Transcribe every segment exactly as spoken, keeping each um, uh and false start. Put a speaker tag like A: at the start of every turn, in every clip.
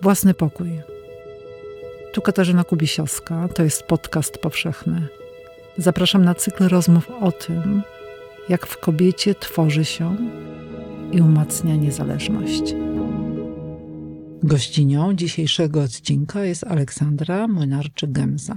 A: Własny pokój. Tu Katarzyna Kubisiowska, to jest podcast powszechny. Zapraszam na cykl rozmów o tym, jak w kobiecie tworzy się i umacnia niezależność. Gościnią dzisiejszego odcinka jest Aleksandra Młynarczyk-Gemza.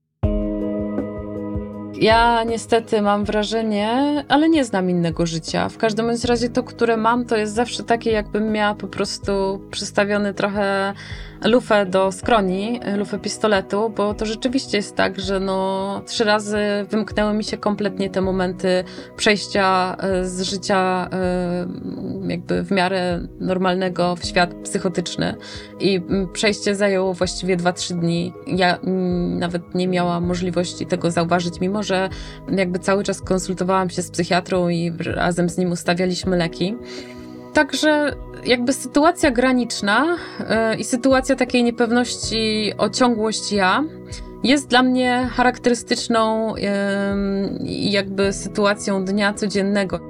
B: Ja niestety mam wrażenie, ale nie znam innego życia. W każdym bądź razie to, które mam, to jest zawsze takie, jakbym miała po prostu przystawiony trochę lufę do skroni, lufę pistoletu, bo to rzeczywiście jest tak, że no trzy razy wymknęły mi się kompletnie te momenty przejścia z życia jakby w miarę normalnego w świat psychotyczny i przejście zajęło właściwie dwa trzy dni. Ja nawet nie miałam możliwości tego zauważyć, mimo że jakby cały czas konsultowałam się z psychiatrą i razem z nim ustawialiśmy leki. Także jakby sytuacja graniczna yy, i sytuacja takiej niepewności o ciągłość ja jest dla mnie charakterystyczną yy, jakby sytuacją dnia codziennego.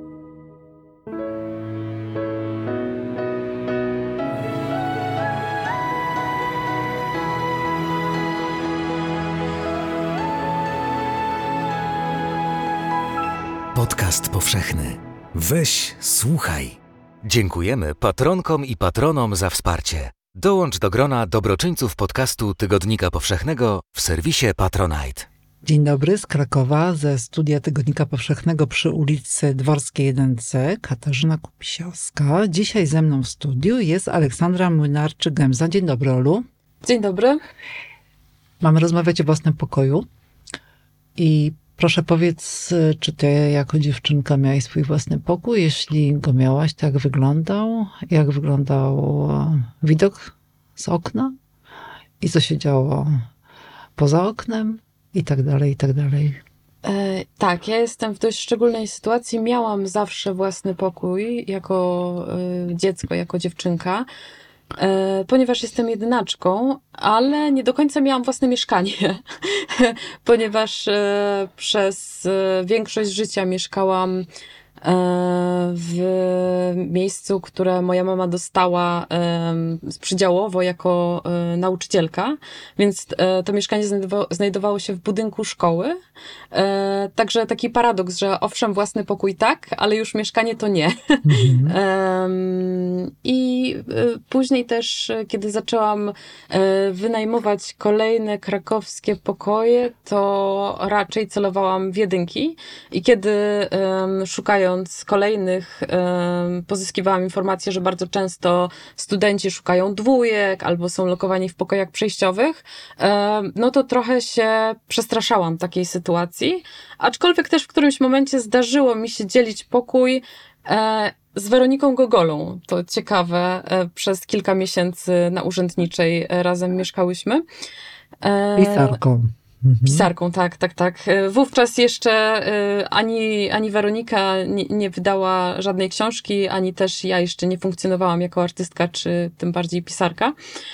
C: Podcast powszechny. Weź, słuchaj. Dziękujemy patronkom i patronom za wsparcie. Dołącz do grona dobroczyńców podcastu Tygodnika Powszechnego w serwisie Patronite.
A: Dzień dobry, z Krakowa, ze studia Tygodnika Powszechnego przy ulicy Dworskiej jeden C, Katarzyna Kubisiowska. Dzisiaj ze mną w studiu jest Aleksandra Młynarczyk-Gemza. Dzień dobry, Olu.
B: Dzień dobry.
A: Mamy rozmawiać o własnym pokoju i proszę powiedz, czy ty jako dziewczynka miałaś swój własny pokój? Jeśli go miałaś, to jak wyglądał? Jak wyglądał widok z okna? I co się działo poza oknem? I tak dalej, i tak dalej.
B: E, tak, ja jestem w dość szczególnej sytuacji. Miałam zawsze własny pokój jako e, dziecko, jako dziewczynka. E, ponieważ jestem jedynaczką, ale nie do końca miałam własne mieszkanie, ponieważ e, przez e, większość życia mieszkałam e, w miejscu, które moja mama dostała e, przydziałowo jako e, nauczycielka, więc e, to mieszkanie znajdowało, znajdowało się w budynku szkoły. E, także taki paradoks, że owszem, własny pokój tak, ale już mieszkanie to nie. Mhm. e, I e, później też, kiedy zaczęłam e, wynajmować kolejne krakowskie pokoje, to raczej celowałam w jedynki. I kiedy e, szukając kolejnych e, pozyskiwałam informację, że bardzo często studenci szukają dwójek albo są lokowani w pokojach przejściowych, e, no to trochę się przestraszałam takiej sytuacji. Aczkolwiek też w którymś momencie zdarzyło mi się dzielić pokój e, z Weroniką Gogolą. To ciekawe, e, przez kilka miesięcy na Urzędniczej e, razem mieszkałyśmy.
A: E, Pisarką.
B: Pisarką, tak, tak, tak. Wówczas jeszcze e, ani, ani Weronika nie, nie wydała żadnej książki, ani też ja jeszcze nie funkcjonowałam jako artystka, czy tym bardziej pisarka.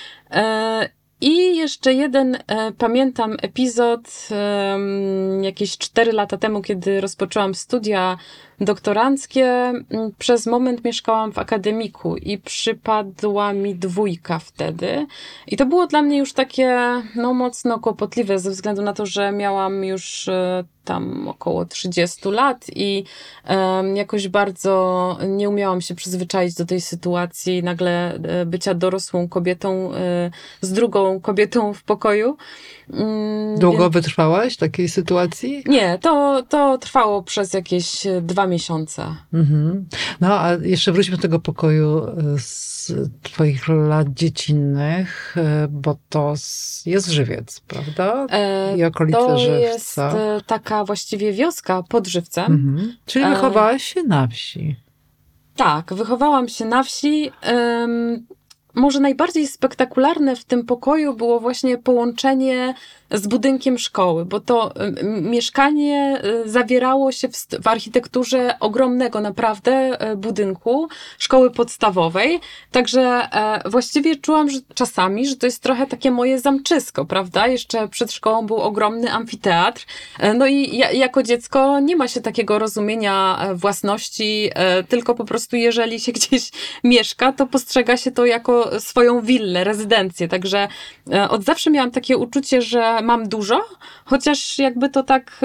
B: E, I jeszcze jeden, e, pamiętam epizod e, jakieś cztery lata temu, kiedy rozpoczęłam studia doktoranckie. Przez moment mieszkałam w akademiku i przypadła mi dwójka wtedy. I to było dla mnie już takie, no mocno kłopotliwe ze względu na to, że miałam już e, tam około trzydziestu lat i e, jakoś bardzo nie umiałam się przyzwyczaić do tej sytuacji nagle e, bycia dorosłą kobietą e, z drugą kobietą w pokoju.
A: Mm, Długo więc... wytrwałaś w takiej sytuacji?
B: Nie, to, to trwało przez jakieś dwa miesiące.
A: Mhm. No, a jeszcze wróćmy do tego pokoju z twoich lat dziecinnych, bo to jest Żywiec, prawda? I okolice
B: to
A: Żywca.
B: To jest taka właściwie wioska pod Żywcem.
A: Mhm. Czyli wychowałaś się na wsi.
B: Tak, wychowałam się na wsi. Um, może najbardziej spektakularne w tym pokoju było właśnie połączenie z budynkiem szkoły, bo to mieszkanie zawierało się w, w architekturze ogromnego naprawdę budynku szkoły podstawowej, także właściwie czułam że czasami, że to jest trochę takie moje zamczysko, prawda? Jeszcze przed szkołą był ogromny amfiteatr, no i ja, jako dziecko nie ma się takiego rozumienia własności, tylko po prostu jeżeli się gdzieś mieszka, to postrzega się to jako jako swoją willę, rezydencję. Także od zawsze miałam takie uczucie, że mam dużo, chociaż jakby to tak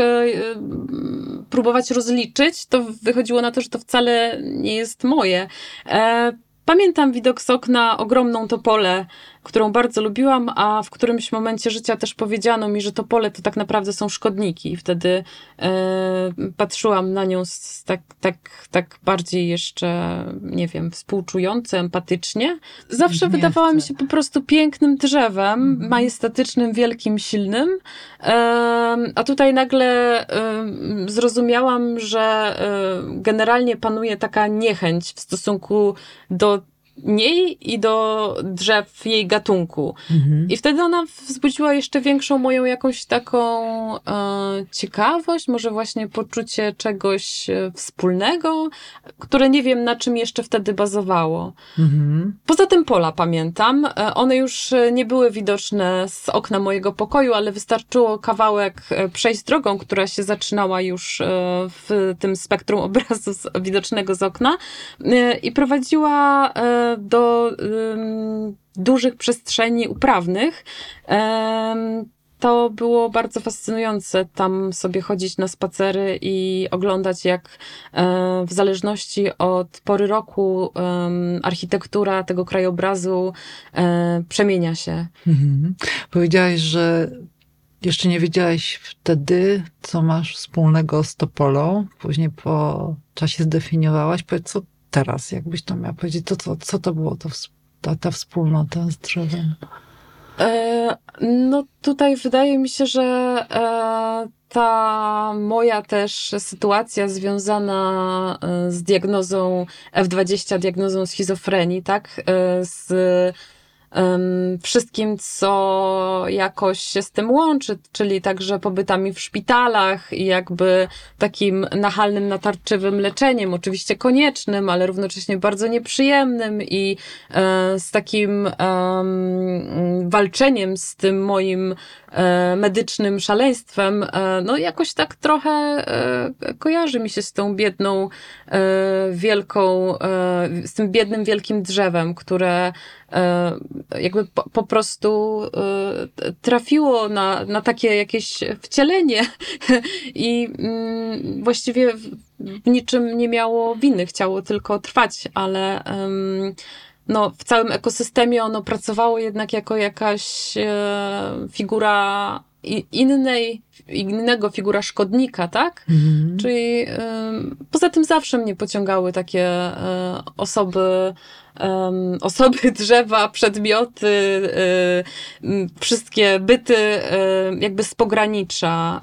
B: próbować rozliczyć, to wychodziło na to, że to wcale nie jest moje. Pamiętam widok z okna, ogromną topolę, którą bardzo lubiłam, a w którymś momencie życia też powiedziano mi, że topole to tak naprawdę są szkodniki. I wtedy e, patrzyłam na nią z, tak, tak, tak bardziej jeszcze, nie wiem, współczująco, empatycznie. Zawsze
A: Nie
B: wydawała
A: chcę.
B: mi się po prostu pięknym drzewem, mhm. majestatycznym, wielkim, silnym. E, a tutaj nagle e, zrozumiałam, że e, generalnie panuje taka niechęć w stosunku do niej i do drzew jej gatunku. Mhm. I wtedy ona wzbudziła jeszcze większą moją jakąś taką e, ciekawość, może właśnie poczucie czegoś wspólnego, które nie wiem, na czym jeszcze wtedy bazowało. Mhm. Poza tym pola pamiętam. One już nie były widoczne z okna mojego pokoju, ale wystarczyło kawałek przejść drogą, która się zaczynała już w tym spektrum obrazu widocznego z okna i prowadziła do um, dużych przestrzeni uprawnych. Um, to było bardzo fascynujące tam sobie chodzić na spacery i oglądać, jak um, w zależności od pory roku um, architektura tego krajobrazu um, przemienia się.
A: Mhm. Powiedziałaś, że jeszcze nie wiedziałaś wtedy, co masz wspólnego z topolą. Później po czasie zdefiniowałaś. Powiedz, co teraz, jakbyś to miała powiedzieć, to co, co to było to, ta, ta wspólnota z drzewem?
B: E, no tutaj wydaje mi się, że e, ta moja też sytuacja związana z diagnozą F dwadzieścia, diagnozą schizofrenii, tak, e, z Um, wszystkim, co jakoś się z tym łączy, czyli także pobytami w szpitalach i jakby takim nachalnym, natarczywym leczeniem, oczywiście koniecznym, ale równocześnie bardzo nieprzyjemnym i e, z takim e, walczeniem z tym moim e, medycznym szaleństwem, e, no jakoś tak trochę e, kojarzy mi się z tą biedną, e, wielką, e, z tym biednym, wielkim drzewem, które jakby po, po prostu trafiło na, na takie jakieś wcielenie i właściwie w niczym nie miało winy, chciało tylko trwać, ale no, w całym ekosystemie ono pracowało jednak jako jakaś figura innej, innego figura szkodnika, tak? Mhm. Czyli poza tym zawsze mnie pociągały takie osoby, Um, osoby, drzewa, przedmioty, y, y, wszystkie byty y, jakby z pogranicza.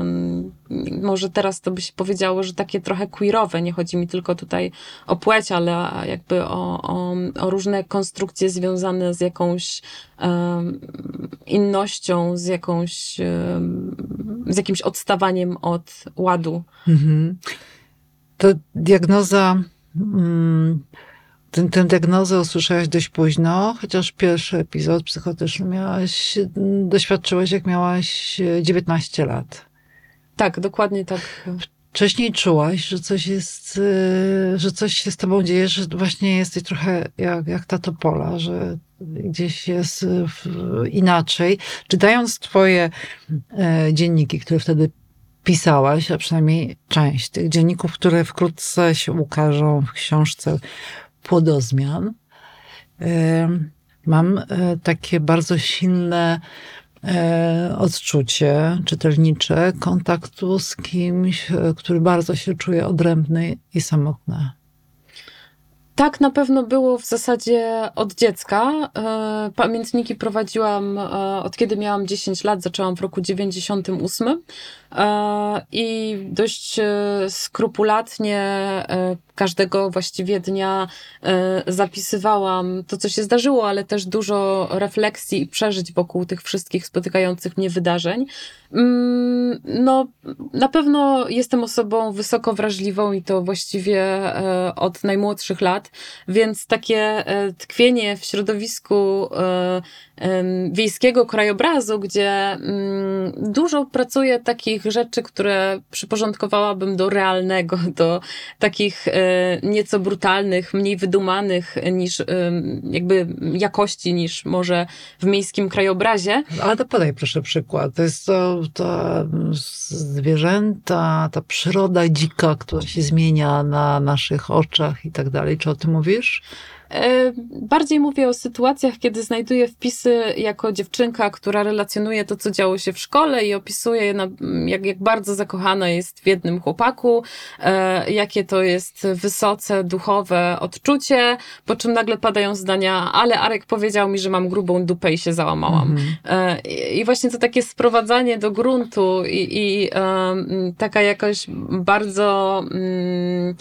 B: Y, może teraz to by się powiedziało, że takie trochę queerowe. Nie chodzi mi tylko tutaj o płeć, ale jakby o, o, o różne konstrukcje związane z jakąś um, innością, z jakąś um, z jakimś odstawaniem od ładu. Mhm.
A: To diagnoza... Mm... Tę, tę diagnozę usłyszałaś dość późno, chociaż pierwszy epizod psychotyczny miałaś, doświadczyłaś, jak miałaś dziewiętnaście lat.
B: Tak, dokładnie tak.
A: Wcześniej czułaś, że coś jest, że coś się z tobą dzieje, że właśnie jesteś trochę jak, jak ta topola, że gdzieś jest inaczej. Czytając twoje dzienniki, które wtedy pisałaś, a przynajmniej część tych dzienników, które wkrótce się ukażą w książce Płodozmian, mam takie bardzo silne odczucie czytelnicze kontaktu z kimś, który bardzo się czuje odrębny i samotny.
B: Tak na pewno było w zasadzie od dziecka. Pamiętniki prowadziłam od kiedy miałam dziesięć lat, zaczęłam w roku dziewięćdziesiątym ósmym i dość skrupulatnie każdego właściwie dnia zapisywałam to, co się zdarzyło, ale też dużo refleksji i przeżyć wokół tych wszystkich spotykających mnie wydarzeń. No, na pewno jestem osobą wysoko wrażliwą i to właściwie od najmłodszych lat. lat, więc takie tkwienie w środowisku wiejskiego krajobrazu, gdzie dużo pracuję takich rzeczy, które przyporządkowałabym do realnego, do takich nieco brutalnych, mniej wydumanych niż jakby jakości niż może w miejskim krajobrazie.
A: Ale to podaj proszę przykład. To jest to, to zwierzęta, ta przyroda dzika, która się zmienia na naszych oczach i tak dalej. Czy o tym mówisz?
B: Bardziej mówię o sytuacjach, kiedy znajduję wpisy jako dziewczynka, która relacjonuje to, co działo się w szkole i opisuje je, na, jak, jak bardzo zakochana jest w jednym chłopaku, e, jakie to jest wysoce duchowe odczucie, po czym nagle padają zdania, ale Arek powiedział mi, że mam grubą dupę i się załamałam. Mhm. E, I właśnie to takie sprowadzanie do gruntu i, i e, taka jakaś bardzo... Mm,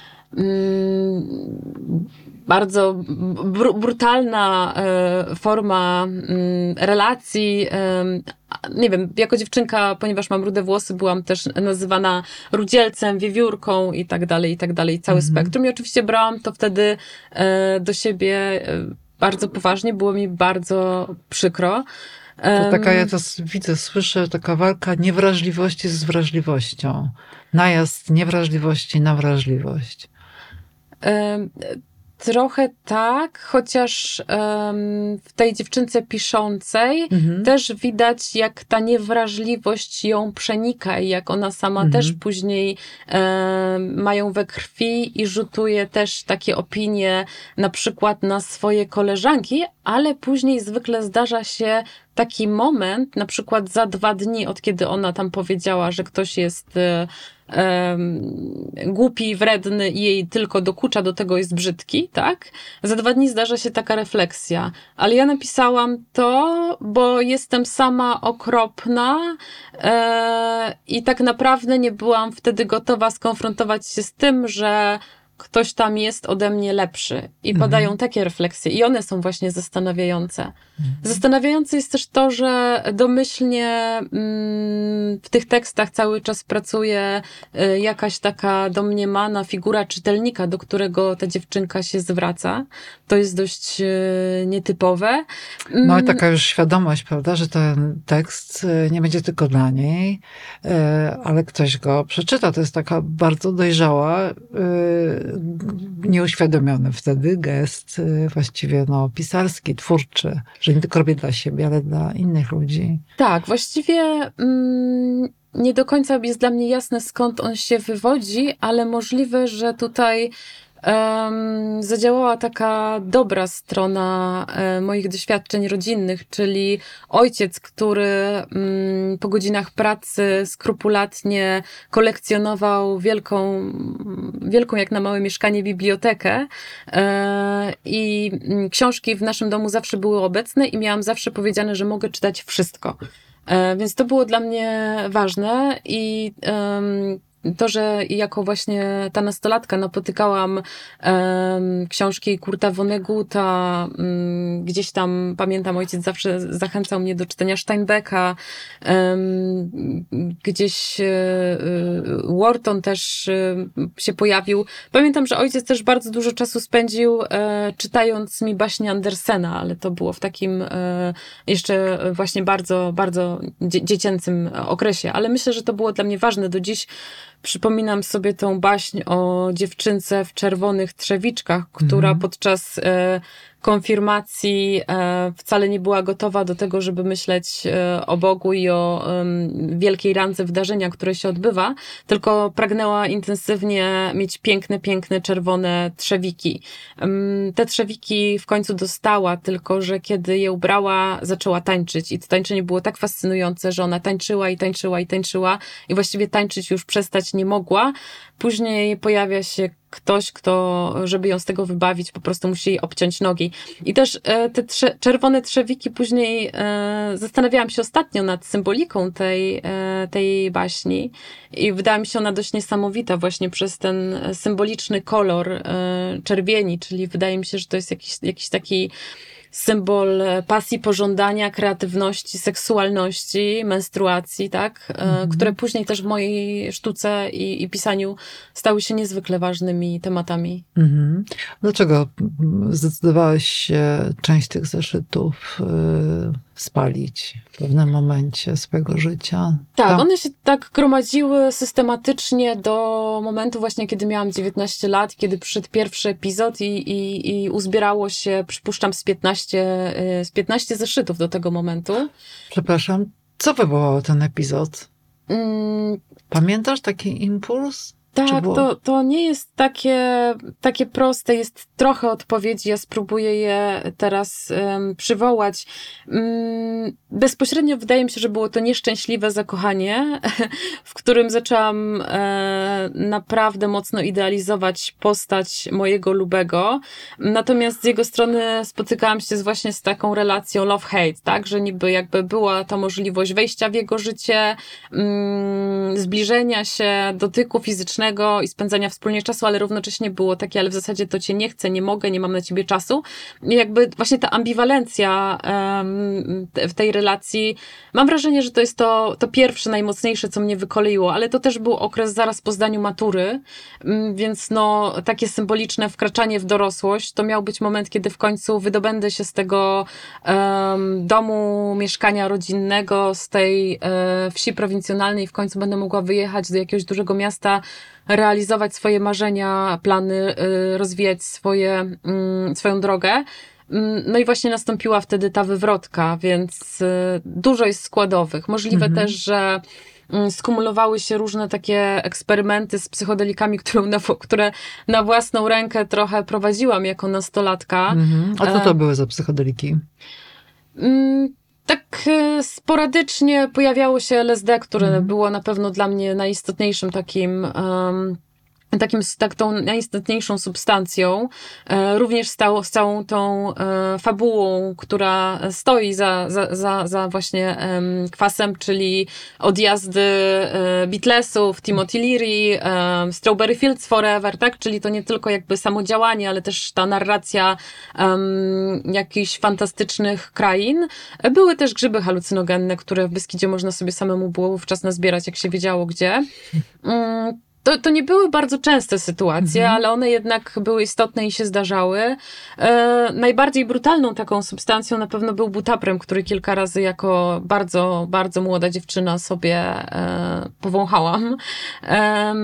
B: mm, bardzo br- brutalna e, forma m, relacji. E, nie wiem, jako dziewczynka, ponieważ mam rude włosy, byłam też nazywana rudzielcem, wiewiórką i tak dalej, i tak dalej, cały mm-hmm. spektrum. I oczywiście brałam to wtedy e, do siebie e, bardzo poważnie, było mi bardzo przykro.
A: To taka, ja to widzę, słyszę, taka walka niewrażliwości z wrażliwością. Najazd niewrażliwości na wrażliwość.
B: E, Trochę tak, chociaż um, w tej dziewczynce piszącej mhm. też widać, jak ta niewrażliwość ją przenika i jak ona sama mhm. też później um, ma ją we krwi i rzutuje też takie opinie na przykład na swoje koleżanki, ale później zwykle zdarza się taki moment, na przykład za dwa dni od kiedy ona tam powiedziała, że ktoś jest um, głupi, wredny i jej tylko dokucza, do tego jest brzydki, tak? Za dwa dni zdarza się taka refleksja. Ale ja napisałam to, bo jestem sama okropna e, i tak naprawdę nie byłam wtedy gotowa skonfrontować się z tym, że ktoś tam jest ode mnie lepszy. I padają mhm. takie refleksje. I one są właśnie zastanawiające. Mhm. Zastanawiające jest też to, że domyślnie mm, w tych tekstach cały czas pracuje y, jakaś taka domniemana figura czytelnika, do którego ta dziewczynka się zwraca. To jest dość y, nietypowe. Mm.
A: No i taka już świadomość, prawda, że ten tekst nie będzie tylko dla niej, y, ale ktoś go przeczyta. To jest taka bardzo dojrzała y, nieuświadomiony wtedy gest właściwie no, pisarski, twórczy, że nie tylko robię dla siebie, ale dla innych ludzi.
B: Tak, właściwie mm, nie do końca jest dla mnie jasne, skąd on się wywodzi, ale możliwe, że tutaj Um, zadziałała taka dobra strona um, moich doświadczeń rodzinnych, czyli ojciec, który um, po godzinach pracy skrupulatnie kolekcjonował wielką, wielką jak na małe mieszkanie bibliotekę um, i um, książki w naszym domu zawsze były obecne i miałam zawsze powiedziane, że mogę czytać wszystko. Um, więc to było dla mnie ważne i um, to, że jako właśnie ta nastolatka napotykałam um, książki Kurta Vonneguta, um, gdzieś tam, pamiętam, ojciec zawsze zachęcał mnie do czytania Steinbecka, um, gdzieś um, Wharton też um, się pojawił. Pamiętam, że ojciec też bardzo dużo czasu spędził um, czytając mi baśnie Andersena, ale to było w takim um, jeszcze właśnie bardzo, bardzo dzie- dziecięcym okresie, ale myślę, że to było dla mnie ważne do dziś. Przypominam sobie tą baśń o dziewczynce w czerwonych trzewiczkach, która mhm. podczas e, konfirmacji e, wcale nie była gotowa do tego, żeby myśleć e, o Bogu i o e, wielkiej randze wydarzenia, które się odbywa, tylko pragnęła intensywnie mieć piękne, piękne, czerwone trzewiki. E, te trzewiki w końcu dostała, tylko że kiedy je ubrała, zaczęła tańczyć i to tańczenie było tak fascynujące, że ona tańczyła i tańczyła i tańczyła i właściwie tańczyć już przestać nie mogła. Później pojawia się ktoś, kto, żeby ją z tego wybawić, po prostu musi jej obciąć nogi. I też e, te trze- czerwone trzewiki później e, zastanawiałam się ostatnio nad symboliką tej, e, tej baśni i wydała mi się ona dość niesamowita właśnie przez ten symboliczny kolor e, czerwieni, czyli wydaje mi się, że to jest jakiś, jakiś taki symbol pasji, pożądania, kreatywności, seksualności, menstruacji, tak? Mhm. Które później też w mojej sztuce i, i pisaniu stały się niezwykle ważnymi tematami.
A: Mhm. Dlaczego zdecydowałeś się część tych zeszytów yy, spalić w pewnym momencie swojego życia?
B: Tak,
A: Tam...
B: one się tak gromadziły systematycznie do momentu właśnie, kiedy miałam dziewiętnaście lat, kiedy przyszedł pierwszy epizod i, i, i uzbierało się, przypuszczam, z piętnaście, z piętnaście zeszytów do tego momentu.
A: Przepraszam, co wywołał ten epizod?
B: Mm.
A: Pamiętasz taki impuls?
B: Tak, to, to nie jest takie, takie proste, jest trochę odpowiedzi, ja spróbuję je teraz um, przywołać. Um, bezpośrednio wydaje mi się, że było to nieszczęśliwe zakochanie, w którym zaczęłam e, naprawdę mocno idealizować postać mojego lubego, natomiast z jego strony spotykałam się z, właśnie z taką relacją love-hate, tak, że niby jakby była ta możliwość wejścia w jego życie, um, zbliżenia się, dotyku fizycznego, i spędzania wspólnie czasu, ale równocześnie było takie, ale w zasadzie to cię nie chcę, nie mogę, nie mam na ciebie czasu. I jakby właśnie ta ambiwalencja um, w tej relacji, mam wrażenie, że to jest to, to pierwsze, najmocniejsze, co mnie wykoleiło, ale to też był okres zaraz po zdaniu matury, więc no takie symboliczne wkraczanie w dorosłość, to miał być moment, kiedy w końcu wydobędę się z tego um, domu, mieszkania rodzinnego, z tej um, wsi prowincjonalnej i w końcu będę mogła wyjechać do jakiegoś dużego miasta, realizować swoje marzenia, plany, rozwijać swoje, swoją drogę. No i właśnie nastąpiła wtedy ta wywrotka, więc dużo jest składowych. Możliwe mhm. też, że skumulowały się różne takie eksperymenty z psychodelikami, które na, które na własną rękę trochę prowadziłam jako nastolatka.
A: Mhm. A co to były za psychodeliki?
B: Tak sporadycznie pojawiało się L S D, które mm. było na pewno dla mnie najistotniejszym takim, um, takim tak, tą najistotniejszą substancją. E, również z, ta, z całą tą e, fabułą, która stoi za, za, za, za właśnie e, kwasem, czyli odjazdy e, Beatlesów, Timothy Leary, e, Strawberry Fields Forever, tak? Czyli to nie tylko jakby samo działanie, ale też ta narracja e, jakichś fantastycznych krain. E, były też grzyby halucynogenne, które w Beskidzie można sobie samemu było wówczas nazbierać, jak się wiedziało gdzie. E, To, to nie były bardzo częste sytuacje, mhm. ale one jednak były istotne i się zdarzały. E, najbardziej brutalną taką substancją na pewno był butaprem, który kilka razy jako bardzo, bardzo młoda dziewczyna sobie e, powąchałam. E,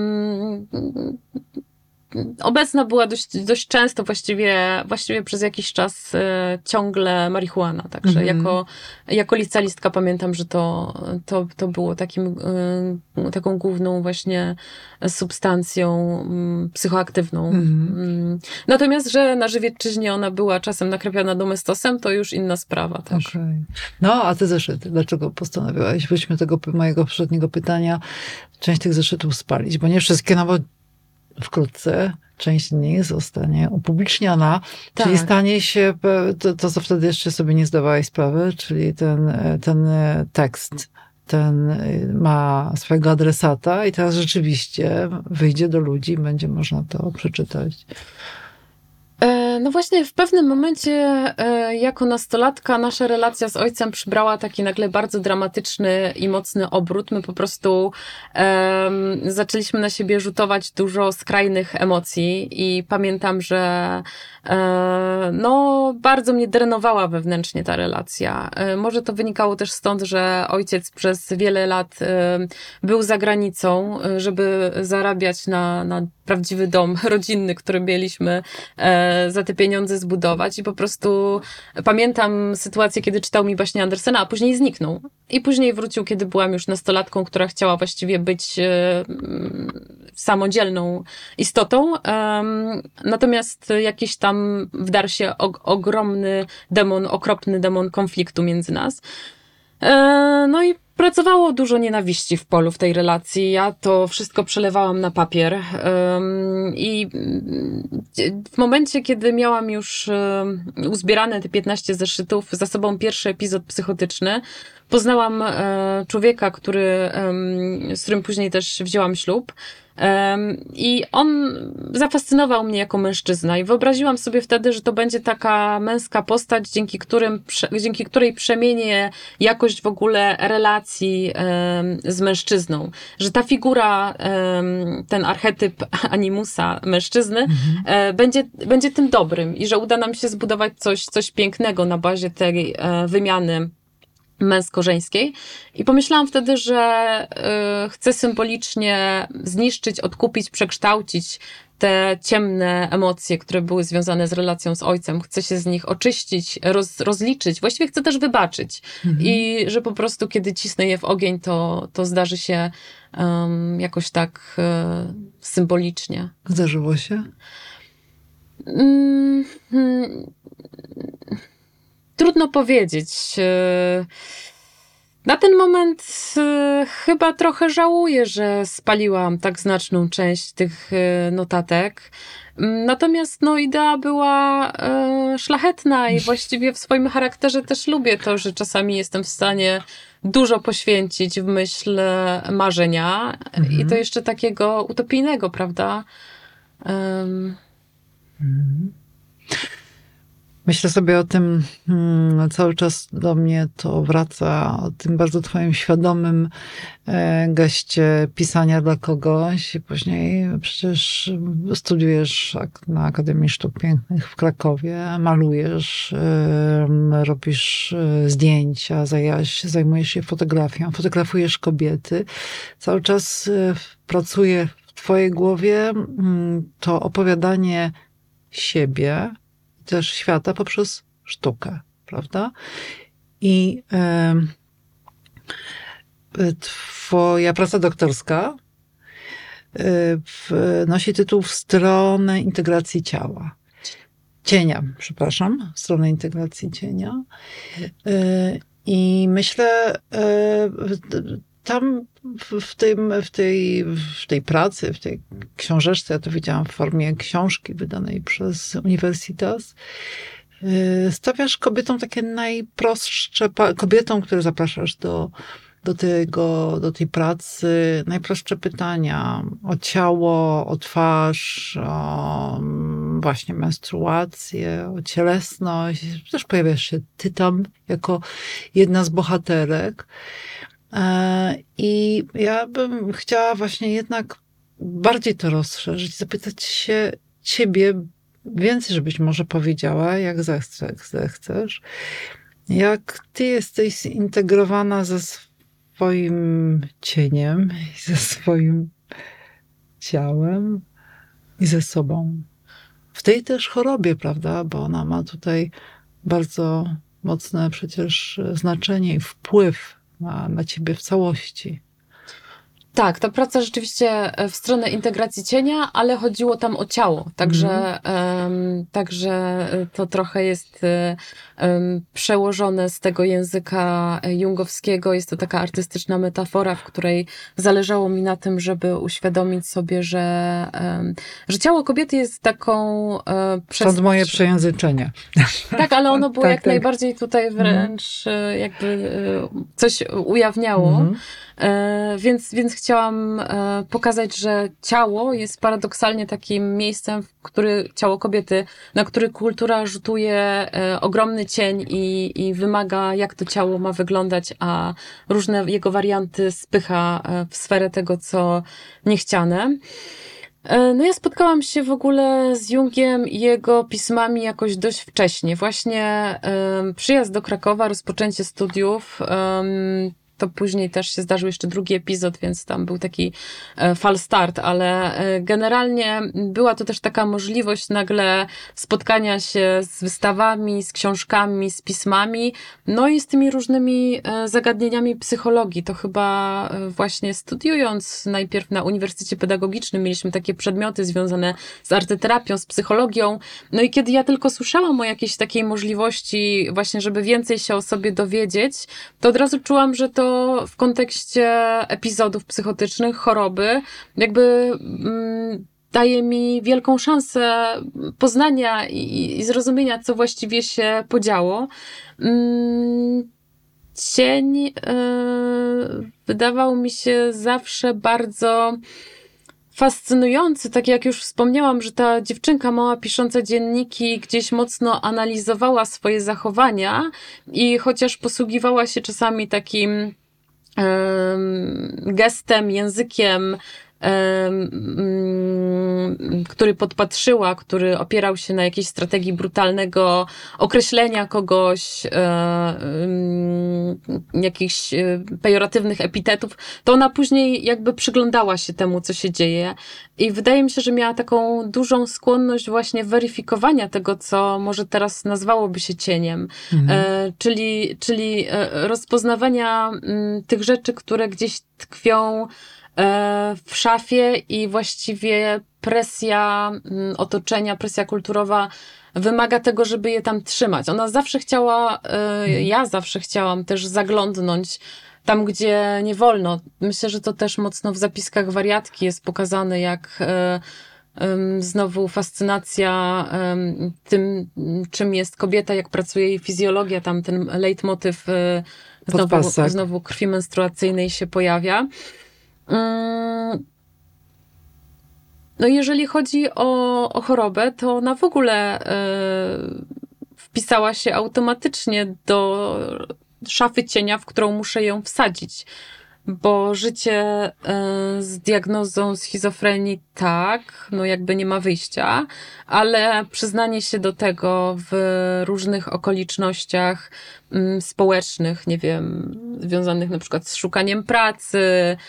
B: Obecna była dość, dość często, właściwie, właściwie przez jakiś czas e, ciągle marihuana. Także mm-hmm. jako, jako licealistka pamiętam, że to, to, to było takim, e, taką główną właśnie substancją m, psychoaktywną. Mm-hmm. Natomiast, że na Żywiecczyźnie ona była czasem nakrapiana domestosem, to już inna sprawa też.
A: Okay. No, a te zeszyty, dlaczego postanowiłaś, wróćmy do tego mojego poprzedniego pytania, część tych zeszytów spalić? Bo nie wszystkie, no bo wkrótce część z nich zostanie upubliczniona, tak. Czyli stanie się to, to, co wtedy jeszcze sobie nie zdawałeś sprawy, czyli ten, ten tekst, ten ma swojego adresata i teraz rzeczywiście wyjdzie do ludzi i będzie można to przeczytać.
B: No właśnie w pewnym momencie jako nastolatka nasza relacja z ojcem przybrała taki nagle bardzo dramatyczny i mocny obrót. My po prostu um, zaczęliśmy na siebie rzutować dużo skrajnych emocji i pamiętam, że um, no bardzo mnie drenowała wewnętrznie ta relacja. Um, może to wynikało też stąd, że ojciec przez wiele lat um, był za granicą, żeby zarabiać na, na prawdziwy dom rodzinny, który mieliśmy e, za te pieniądze zbudować i po prostu pamiętam sytuację, kiedy czytał mi baśnie Andersena, a później zniknął. I później wrócił, kiedy byłam już nastolatką, która chciała właściwie być e, samodzielną istotą. E, natomiast jakiś tam wdarł się og- ogromny demon, okropny demon konfliktu między nas. E, no i pracowało dużo nienawiści w polu w tej relacji. Ja to wszystko przelewałam na papier. Um, I w momencie, kiedy miałam już um, uzbierane te piętnaście zeszytów, za sobą pierwszy epizod psychotyczny, poznałam um, człowieka, który, um, z którym później też wzięłam ślub. I on zafascynował mnie jako mężczyzna i wyobraziłam sobie wtedy, że to będzie taka męska postać, dzięki, którym, dzięki której przemienię jakość w ogóle relacji z mężczyzną. Że ta figura, ten archetyp animusa mężczyzny mhm. będzie, będzie tym dobrym i że uda nam się zbudować coś, coś pięknego na bazie tej wymiany męsko-żeńskiej. I pomyślałam wtedy, że y, chcę symbolicznie zniszczyć, odkupić, przekształcić te ciemne emocje, które były związane z relacją z ojcem. Chcę się z nich oczyścić, roz, rozliczyć. Właściwie chcę też wybaczyć. Mhm. I że po prostu, kiedy cisnę je w ogień, to, to zdarzy się um, jakoś tak y, symbolicznie.
A: Zdarzyło się?
B: Mm, hmm. Trudno powiedzieć. Na ten moment chyba trochę żałuję, że spaliłam tak znaczną część tych notatek. Natomiast no, idea była szlachetna i właściwie w swoim charakterze też lubię to, że czasami jestem w stanie dużo poświęcić w myśl marzenia mhm. i to jeszcze takiego utopijnego, prawda? Um.
A: Mhm. Myślę sobie o tym, hmm, cały czas do mnie to wraca, o tym bardzo twoim świadomym e, geście pisania dla kogoś i później przecież studiujesz na Akademii Sztuk Pięknych w Krakowie, malujesz, e, robisz zdjęcia, zaś zajmujesz się fotografią, fotografujesz kobiety. Cały czas e, pracuje w twojej głowie hmm, to opowiadanie siebie, też świata poprzez sztukę, prawda? I y, twoja praca doktorska y, w, nosi tytuł W stronę integracji ciała. Cienia, przepraszam, w stronę integracji cienia. Y, I myślę, y, tam w, w, tym, w, tej, w tej pracy, w tej książeczce, ja to widziałam w formie książki wydanej przez Universitas, stawiasz kobietom takie najprostsze, kobietom, które zapraszasz do, do, tego, do tej pracy, najprostsze pytania o ciało, o twarz, o właśnie menstruację, o cielesność. Też pojawiasz się ty tam jako jedna z bohaterek. I ja bym chciała właśnie jednak bardziej to rozszerzyć, zapytać się ciebie więcej, żebyś może powiedziała, jak zechcesz, jak ty jesteś zintegrowana ze swoim cieniem, ze swoim ciałem i ze sobą. W tej też chorobie, prawda, bo ona ma tutaj bardzo mocne przecież znaczenie i wpływ Na, na ciebie w całości. Tak,
B: ta praca rzeczywiście w stronę integracji cienia, ale chodziło tam o ciało. Także, mm. um, także to trochę jest um, przełożone z tego języka jungowskiego. Jest to taka artystyczna metafora, w której zależało mi na tym, żeby uświadomić sobie, że, um, że ciało kobiety jest taką um,
A: przestrzeń. Stąd moje przejęzyczenie.
B: Tak, ale ono było tak, jak tak. najbardziej tutaj wręcz mm. jakby coś ujawniało. Mm. Więc, więc chciałam pokazać, że ciało jest paradoksalnie takim miejscem, w który, ciało kobiety, na który kultura rzutuje ogromny cień i, i wymaga, jak to ciało ma wyglądać, a różne jego warianty spycha w sferę tego, co niechciane. No ja spotkałam się w ogóle z Jungiem i jego pismami jakoś dość wcześnie. Właśnie um, przyjazd do Krakowa, rozpoczęcie studiów, um, to później też się zdarzył jeszcze drugi epizod, więc tam był taki fal start, ale generalnie była to też taka możliwość nagle spotkania się z wystawami, z książkami, z pismami, no i z tymi różnymi zagadnieniami psychologii. To chyba właśnie studiując najpierw na Uniwersytecie Pedagogicznym mieliśmy takie przedmioty związane z arteterapią, z psychologią, no i kiedy ja tylko słyszałam o jakiejś takiej możliwości właśnie, żeby więcej się o sobie dowiedzieć, to od razu czułam, że to w kontekście epizodów psychotycznych, choroby, jakby mm, daje mi wielką szansę poznania i, i zrozumienia, co właściwie się podziało. Mm, cień yy, wydawał mi się zawsze bardzo fascynujący, tak jak już wspomniałam, że ta dziewczynka mała pisząca dzienniki gdzieś mocno analizowała swoje zachowania i chociaż posługiwała się czasami takim um, gestem, językiem, który podpatrzyła, który opierał się na jakiejś strategii brutalnego określenia kogoś, jakichś pejoratywnych epitetów, to ona później jakby przyglądała się temu, co się dzieje. I wydaje mi się, że miała taką dużą skłonność właśnie weryfikowania tego, co może teraz nazwałoby się cieniem. Mhm. Czyli, czyli rozpoznawania tych rzeczy, które gdzieś tkwią w szafie i właściwie presja otoczenia, presja kulturowa wymaga tego, żeby je tam trzymać. Ona zawsze chciała, ja zawsze chciałam też zaglądnąć tam, gdzie nie wolno. Myślę, że to też mocno w zapiskach wariatki jest pokazane, jak znowu fascynacja tym, czym jest kobieta, jak pracuje jej fizjologia, tam ten leitmotyw znowu, znowu krwi menstruacyjnej się pojawia. No jeżeli chodzi o, o chorobę, to ona w ogóle y, wpisała się automatycznie do szafy cienia, w którą muszę ją wsadzić. Bo życie y, z diagnozą schizofrenii tak, no jakby nie ma wyjścia, ale przyznanie się do tego w różnych okolicznościach y, społecznych, nie wiem, związanych na przykład z szukaniem pracy,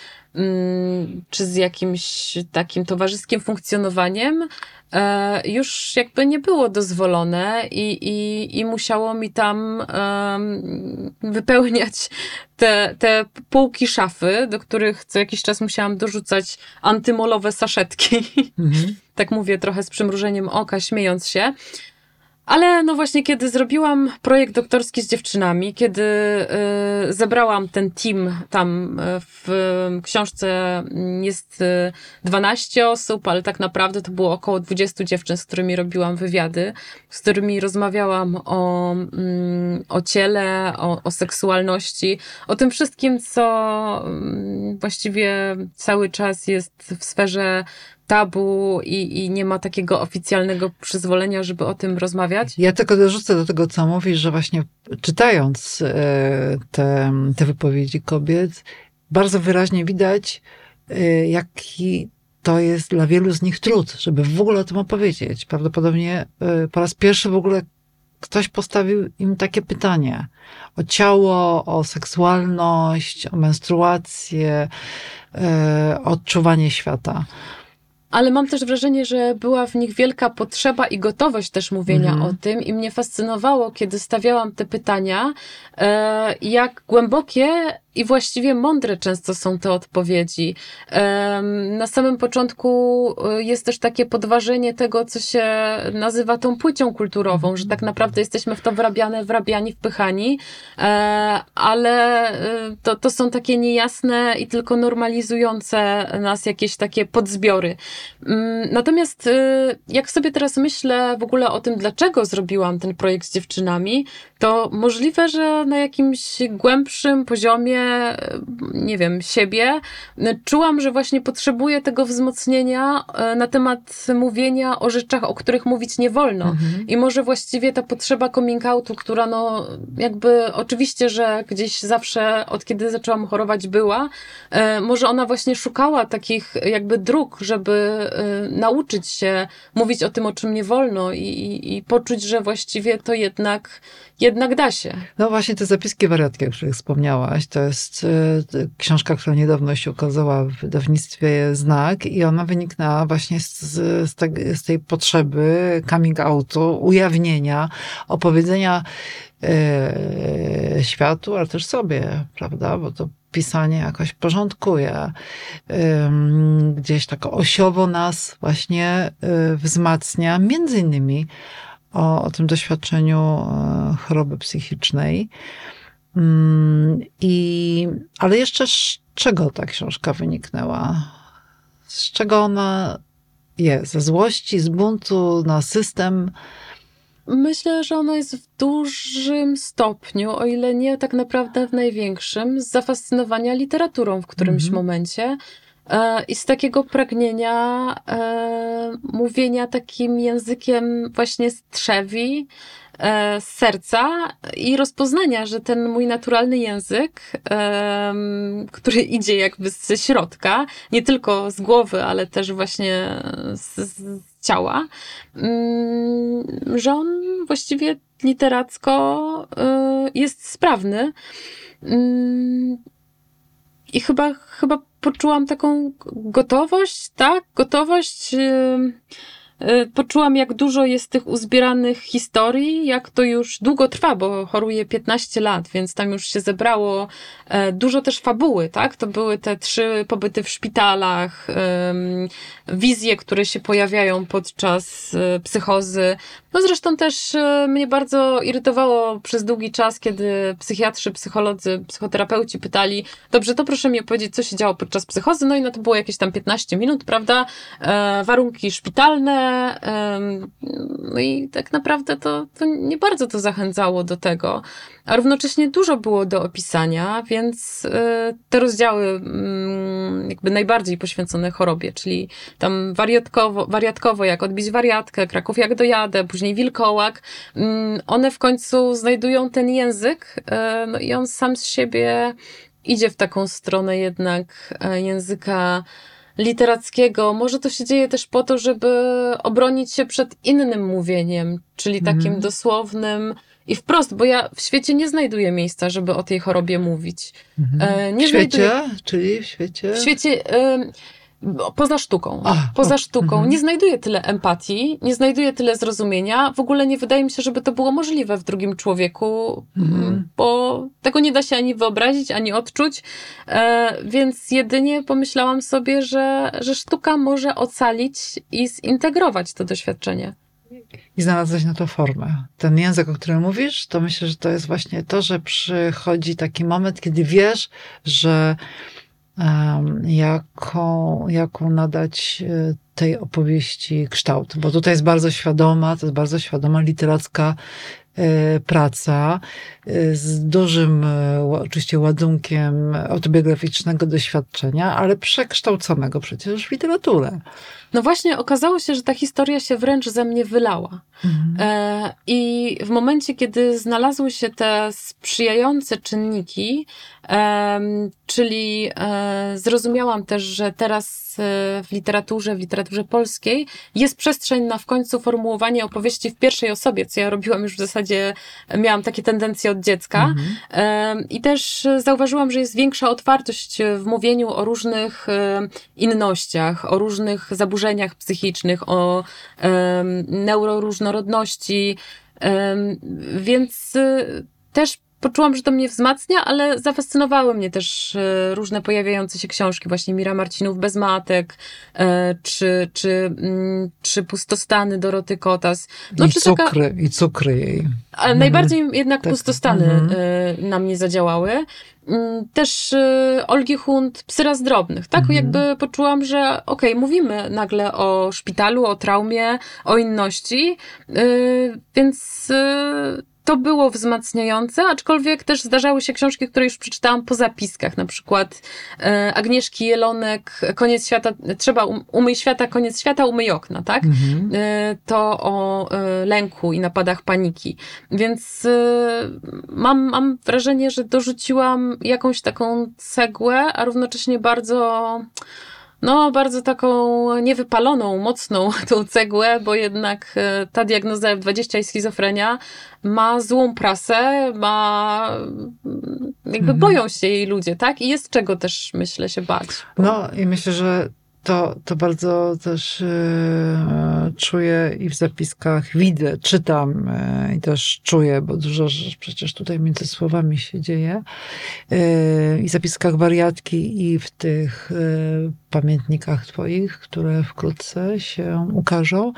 B: czy z jakimś takim towarzyskim funkcjonowaniem, już jakby nie było dozwolone i, i, i musiało mi tam um, wypełniać te, te półki szafy, do których co jakiś czas musiałam dorzucać antymolowe saszetki. Mhm. Tak mówię trochę z przymrużeniem oka, śmiejąc się. Ale no właśnie, kiedy zrobiłam projekt doktorski z dziewczynami, kiedy y, zebrałam ten team, tam w książce jest dwanaście osób, ale tak naprawdę to było około dwadzieścia dziewczyn, z którymi robiłam wywiady, z którymi rozmawiałam o, mm, o ciele, o, o seksualności, o tym wszystkim, co mm, właściwie cały czas jest w sferze tabu i, i nie ma takiego oficjalnego przyzwolenia, żeby o tym rozmawiać.
A: Ja tylko dorzucę do tego, co mówisz, że właśnie czytając te, te wypowiedzi kobiet, bardzo wyraźnie widać, jaki to jest dla wielu z nich trud, żeby w ogóle o tym opowiedzieć. Prawdopodobnie po raz pierwszy w ogóle ktoś postawił im takie pytanie o ciało, o seksualność, o menstruację, o odczuwanie świata.
B: Ale mam też wrażenie, że była w nich wielka potrzeba i gotowość też mówienia mhm. o tym i mnie fascynowało, kiedy stawiałam te pytania, jak głębokie i właściwie mądre często są te odpowiedzi. Na samym początku jest też takie podważenie tego, co się nazywa tą płcią kulturową, że tak naprawdę jesteśmy w to wrabiane, wrabiani, wpychani, ale to, to są takie niejasne i tylko normalizujące nas jakieś takie podzbiory. Natomiast jak sobie teraz myślę w ogóle o tym, dlaczego zrobiłam ten projekt z dziewczynami, to możliwe, że na jakimś głębszym poziomie, nie wiem, siebie, czułam, że właśnie potrzebuję tego wzmocnienia na temat mówienia o rzeczach, o których mówić nie wolno. Mhm. I może właściwie ta potrzeba coming outu, która no jakby oczywiście, że gdzieś zawsze od kiedy zaczęłam chorować była, może ona właśnie szukała takich jakby dróg, żeby nauczyć się mówić o tym, o czym nie wolno i, i, i poczuć, że właściwie to jednak, jednak da się.
A: No właśnie te zapiski wariatki, o których wspomniałaś, to jest y, książka, która niedawno się ukazała w wydawnictwie Znak i ona wyniknęła właśnie z, z, te, z tej potrzeby coming outu, ujawnienia, opowiedzenia y, światu, ale też sobie, prawda, bo to pisanie jakoś porządkuje. Gdzieś tak osiowo nas właśnie wzmacnia, między innymi o, o tym doświadczeniu choroby psychicznej. I, ale jeszcze z czego ta książka wyniknęła? Z czego ona jest? Ze złości, z buntu na system?
B: Myślę, że ona jest w dużym stopniu, o ile nie tak naprawdę w największym, z zafascynowania literaturą w którymś mm-hmm. momencie. e, i z takiego pragnienia e, mówienia takim językiem właśnie z trzewi, z serca i rozpoznania, że ten mój naturalny język, um, który idzie jakby ze środka, nie tylko z głowy, ale też właśnie z, z ciała, um, że on właściwie literacko um, jest sprawny. Um, I chyba, chyba poczułam taką gotowość, tak? Gotowość... Um, Poczułam, jak dużo jest tych uzbieranych historii, jak to już długo trwa, bo choruję piętnaście lat, więc tam już się zebrało dużo też fabuły, tak? To były te trzy pobyty w szpitalach, wizje, które się pojawiają podczas psychozy. No zresztą też mnie bardzo irytowało przez długi czas, kiedy psychiatrzy, psycholodzy, psychoterapeuci pytali, dobrze, to proszę mi opowiedzieć, co się działo podczas psychozy, no i no to było jakieś tam piętnaście minut, prawda? E, warunki szpitalne, no i tak naprawdę to, to nie bardzo to zachęcało do tego. A równocześnie dużo było do opisania, więc te rozdziały jakby najbardziej poświęcone chorobie, czyli tam wariatkowo, wariatkowo jak odbić wariatkę, Kraków jak dojadę, później wilkołak, one w końcu znajdują ten język, no i on sam z siebie idzie w taką stronę jednak języka literackiego. Może to się dzieje też po to, żeby obronić się przed innym mówieniem, czyli takim mm. dosłownym i wprost, bo ja w świecie nie znajduję miejsca, żeby o tej chorobie mówić.
A: Mm. Nie w świecie? Znajduję... Czyli w świecie?
B: W świecie... Y... Poza sztuką. A, Poza o, sztuką. Mm. Nie znajduję tyle empatii, nie znajduję tyle zrozumienia. W ogóle nie wydaje mi się, żeby to było możliwe w drugim człowieku, mm. bo tego nie da się ani wyobrazić, ani odczuć. E, więc jedynie pomyślałam sobie, że, że sztuka może ocalić i zintegrować to doświadczenie.
A: I znalazłeś na to formę. Ten język, o którym mówisz, to myślę, że to jest właśnie to, że przychodzi taki moment, kiedy wiesz, że Um, jaką, jaką nadać tej opowieści kształt. Bo tutaj jest bardzo świadoma, to jest bardzo świadoma literacka y, praca y, z dużym y, oczywiście ładunkiem autobiograficznego doświadczenia, ale przekształconego przecież w literaturę.
B: No właśnie okazało się, że ta historia się wręcz ze mnie wylała. Mhm. E, I w momencie, kiedy znalazły się te sprzyjające czynniki, e, czyli e, zrozumiałam też, że teraz e, w literaturze, w literaturze polskiej jest przestrzeń na w końcu formułowanie opowieści w pierwszej osobie, co ja robiłam już w zasadzie, miałam takie tendencje od dziecka. Mhm. E, I też zauważyłam, że jest większa otwartość w mówieniu o różnych e, innościach, o różnych zaburzeniach psychicznych, o um, neuroróżnorodności, um, więc y, też poczułam, że to mnie wzmacnia, ale zafascynowały mnie też y, różne pojawiające się książki, właśnie Mira Marcinów Bez matek, y, czy, czy, y, czy Pustostany Doroty Kotas.
A: No, I, cukry, taka... I cukry jej.
B: Ale mm. najbardziej jednak tak. Pustostany mm. y, na mnie zadziałały. Też y, Olgi Hund, Psy raz drobnych, tak? Mhm. Jakby poczułam, że okej, okay, mówimy nagle o szpitalu, o traumie, o inności, y, więc y, to było wzmacniające, aczkolwiek też zdarzały się książki, które już przeczytałam po zapiskach, na przykład e, Agnieszki Jelonek, Koniec świata, trzeba um, umyj świata, koniec świata, umyj okna, tak? Mhm. E, to o e, lęku i napadach paniki. Więc e, mam, mam wrażenie, że dorzuciłam jakąś taką cegłę, a równocześnie bardzo... No, bardzo taką niewypaloną, mocną tą cegłę, bo jednak ta diagnoza F dwadzieścia i schizofrenia ma złą prasę, ma... jakby mhm. boją się jej ludzie, tak? I jest czego też, myślę, się bać. Bo...
A: No i myślę, że to, to bardzo też yy, czuję i w zapiskach widzę, czytam yy, i też czuję, bo dużo rzeczy przecież tutaj między słowami się dzieje. Yy, I w zapiskach wariatki i w tych yy, pamiętnikach twoich, które wkrótce się ukażą.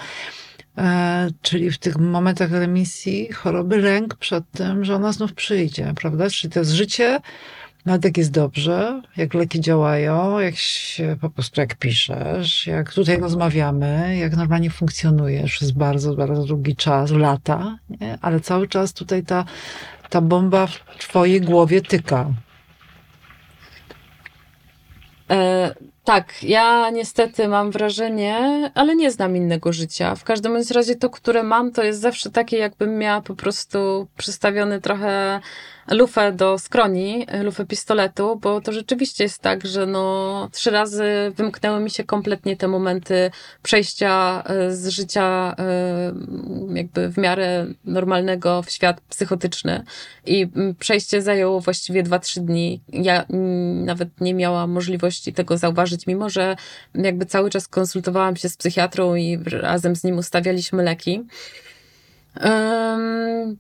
A: E, czyli w tych momentach remisji choroby lęk przed tym, że ona znów przyjdzie, prawda? Czyli to jest życie, nawet jak jest dobrze, jak leki działają, jak się po prostu jak piszesz, jak tutaj rozmawiamy, jak normalnie funkcjonujesz przez bardzo, bardzo długi czas, lata, nie? Ale cały czas tutaj ta, ta bomba w twojej głowie tyka.
B: E, Tak, ja niestety mam wrażenie, ale nie znam innego życia. W każdym bądź razie to, które mam, to jest zawsze takie, jakbym miała po prostu przystawiony trochę lufę do skroni, lufę pistoletu, bo to rzeczywiście jest tak, że no trzy razy wymknęły mi się kompletnie te momenty przejścia z życia jakby w miarę normalnego w świat psychotyczny i przejście zajęło właściwie dwa trzy dni. Ja nawet nie miałam możliwości tego zauważyć, mimo że jakby cały czas konsultowałam się z psychiatrą i razem z nim ustawialiśmy leki. Um,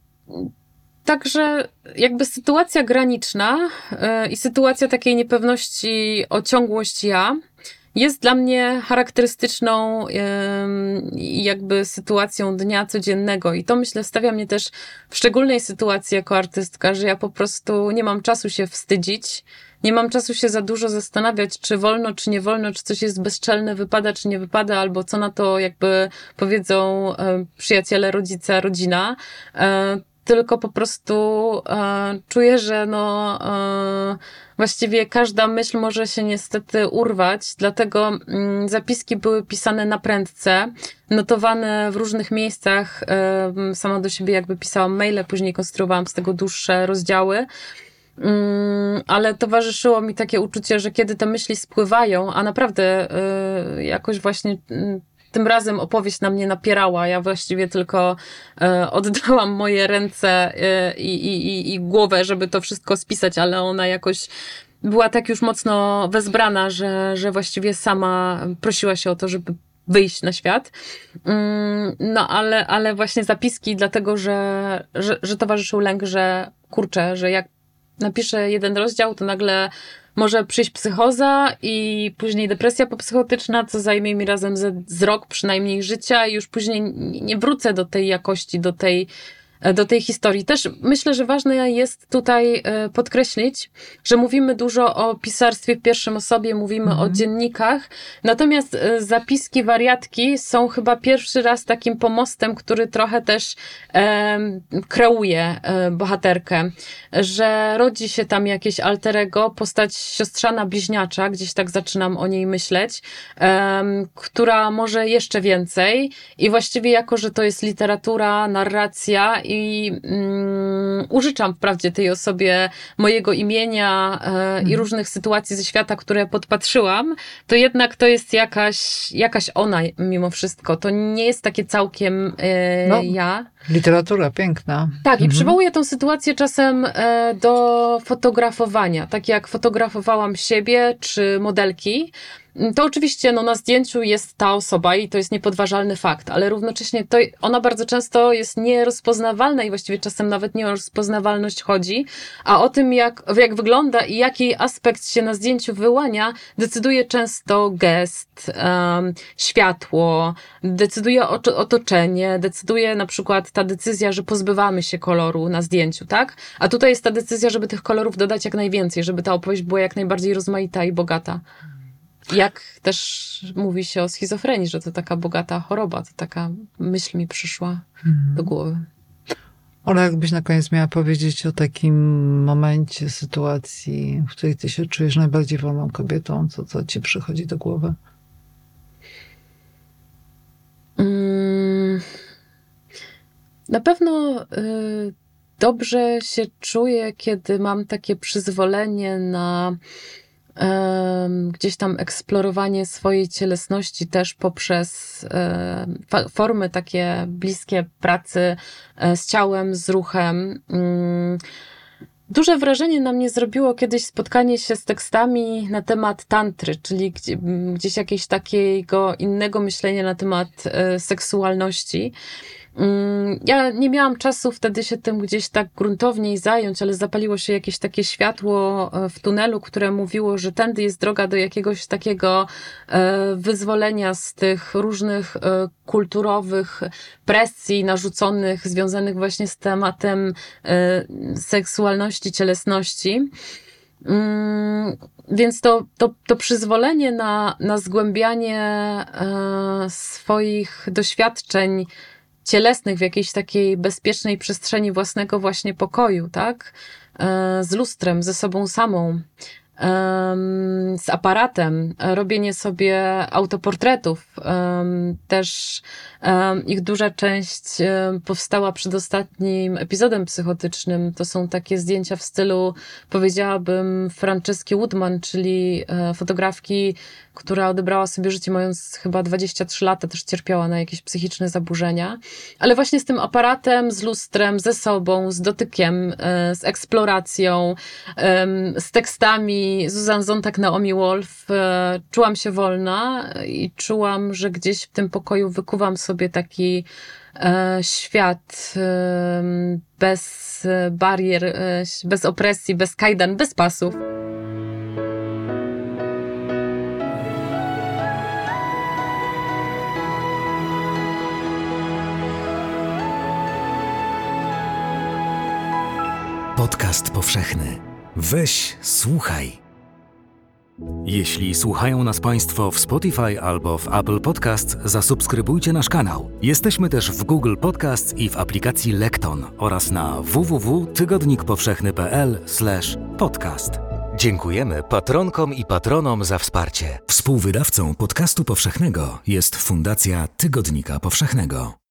B: Także jakby sytuacja graniczna yy, i sytuacja takiej niepewności o ciągłość ja jest dla mnie charakterystyczną yy, jakby sytuacją dnia codziennego i to myślę stawia mnie też w szczególnej sytuacji jako artystka, że ja po prostu nie mam czasu się wstydzić, nie mam czasu się za dużo zastanawiać, czy wolno, czy nie wolno, czy coś jest bezczelne, wypada, czy nie wypada, albo co na to jakby powiedzą yy, przyjaciele, rodzice, rodzina. Yy, Tylko po prostu e, czuję, że no e, właściwie każda myśl może się niestety urwać, dlatego mm, zapiski były pisane na prędce, notowane w różnych miejscach. E, sama do siebie jakby pisałam maile, później konstruowałam z tego dłuższe rozdziały. Mm, ale towarzyszyło mi takie uczucie, że kiedy te myśli spływają, a naprawdę e, jakoś właśnie... Mm, tym razem opowieść na mnie napierała. Ja właściwie tylko e, oddałam moje ręce e, i, i, i głowę, żeby to wszystko spisać, ale ona jakoś była tak już mocno wezbrana, że, że właściwie sama prosiła się o to, żeby wyjść na świat. Mm, no ale, ale właśnie zapiski, dlatego że, że, że towarzyszył lęk, że kurczę, że jak napiszę jeden rozdział, to nagle może przyjść psychoza i później depresja popsychotyczna, co zajmie mi razem z, z rok przynajmniej życia i już później nie wrócę do tej jakości, do tej, do tej historii. Też myślę, że ważne jest tutaj podkreślić, że mówimy dużo o pisarstwie w pierwszym osobie, mówimy mhm. o dziennikach, natomiast zapiski wariatki są chyba pierwszy raz takim pomostem, który trochę też e, kreuje e, bohaterkę, że rodzi się tam jakieś alter ego, postać siostrzana, bliźniacza, gdzieś tak zaczynam o niej myśleć, e, która może jeszcze więcej i właściwie jako, że to jest literatura, narracja i um, użyczam wprawdzie tej osobie mojego imienia e, mm. i różnych sytuacji ze świata, które podpatrzyłam, to jednak to jest jakaś, jakaś ona mimo wszystko. To nie jest takie całkiem e, no, ja.
A: Literatura piękna.
B: Tak,
A: mhm.
B: i przywołuję tą sytuację czasem e, do fotografowania. Tak jak fotografowałam siebie czy modelki, to oczywiście no, na zdjęciu jest ta osoba i to jest niepodważalny fakt, ale równocześnie to ona bardzo często jest nierozpoznawalna i właściwie czasem nawet nie o rozpoznawalność chodzi, a o tym, jak, jak wygląda i jaki aspekt się na zdjęciu wyłania, decyduje często gest, um, światło, decyduje otoczenie, decyduje na przykład ta decyzja, że pozbywamy się koloru na zdjęciu, tak? A tutaj jest ta decyzja, żeby tych kolorów dodać jak najwięcej, żeby ta opowieść była jak najbardziej rozmaita i bogata. Jak też mówi się o schizofrenii, że to taka bogata choroba, to taka myśl mi przyszła hmm. do głowy.
A: Ale jakbyś na koniec miała powiedzieć o takim momencie, sytuacji, w której ty się czujesz najbardziej wolną kobietą, co, co ci przychodzi do głowy?
B: Hmm. Na pewno y, dobrze się czuję, kiedy mam takie przyzwolenie na gdzieś tam eksplorowanie swojej cielesności też poprzez formy takie bliskie pracy z ciałem, z ruchem. Duże wrażenie na mnie zrobiło kiedyś spotkanie się z tekstami na temat tantry, czyli gdzieś jakiegoś takiego innego myślenia na temat seksualności. Ja nie miałam czasu wtedy się tym gdzieś tak gruntowniej zająć, ale zapaliło się jakieś takie światło w tunelu, które mówiło, że tędy jest droga do jakiegoś takiego wyzwolenia z tych różnych kulturowych presji narzuconych, związanych właśnie z tematem seksualności, cielesności. Więc to, to, to przyzwolenie na, na zgłębianie swoich doświadczeń cielesnych w jakiejś takiej bezpiecznej przestrzeni własnego właśnie pokoju, tak? Z lustrem, ze sobą samą. um, z aparatem, robienie sobie autoportretów. Um, też um, ich duża część um, powstała przed ostatnim epizodem psychotycznym. To są takie zdjęcia w stylu, powiedziałabym, Franceski Woodman, czyli e, fotografki, która odebrała sobie życie mając chyba dwadzieścia trzy lata, też cierpiała na jakieś psychiczne zaburzenia. Ale właśnie z tym aparatem, z lustrem, ze sobą, z dotykiem, e, z eksploracją, e, z tekstami Susan Sontag, Naomi Wolf, e, czułam się wolna i czułam, że gdzieś w tym pokoju wykuwam sobie taki e, świat e, bez barier, e, bez opresji, bez kajdan, bez pasów.
C: Podcast powszechny. Weź, słuchaj. Jeśli słuchają nas Państwo w Spotify albo w Apple Podcast, zasubskrybujcie nasz kanał. Jesteśmy też w Google Podcast i w aplikacji Lekton oraz na w w w kropka tygodnik powszechny kropka p l slash podcast. Dziękujemy patronkom i patronom za wsparcie. Współwydawcą podcastu powszechnego jest Fundacja Tygodnika Powszechnego.